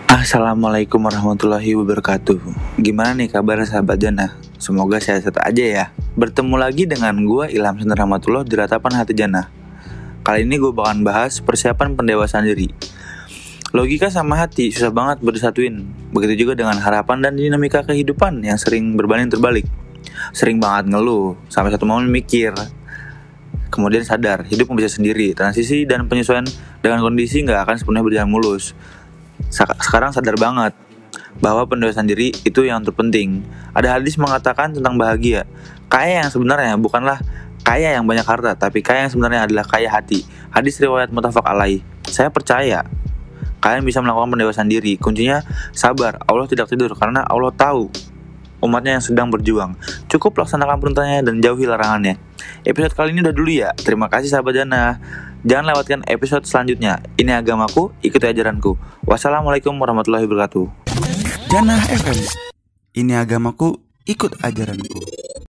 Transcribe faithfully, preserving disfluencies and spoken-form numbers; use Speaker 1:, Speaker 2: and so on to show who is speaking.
Speaker 1: Assalamualaikum warahmatullahi wabarakatuh. Gimana nih kabar sahabat Jannah? Semoga sehat-sehat aja ya. Bertemu lagi dengan gue Ilham Sendar Rahmatullah di Ratapan Hati Jannah. Kali ini gue bakalan bahas persiapan pendewasaan diri. Logika sama hati susah banget bersatuin. Begitu juga dengan harapan dan dinamika kehidupan yang sering berbanding terbalik. Sering banget ngeluh, sampai satu momen mikir, kemudian sadar hidup bisa sendiri. Transisi dan penyesuaian dengan kondisi gak akan sepenuhnya berjalan mulus. Sekarang sadar banget bahwa pendewasaan diri itu yang terpenting. Ada hadis mengatakan tentang bahagia. Kaya yang sebenarnya bukanlah kaya yang banyak harta, tapi kaya yang sebenarnya adalah kaya hati. Hadis riwayat muttafaq alaih. Saya percaya kalian bisa melakukan pendewasaan diri. Kuncinya sabar. Allah tidak tidur karena Allah tahu umatnya yang sedang berjuang. Cukup laksanakan perintahnya dan jauhi larangannya. Episode kali ini udah dulu ya. Terima kasih sahabat Jannah. Jangan lewatkan episode selanjutnya. Ini agamaku, ikuti ajaranku. Wassalamualaikum warahmatullahi wabarakatuh.
Speaker 2: Jannah F M. Ini agamaku, ikut ajaranku.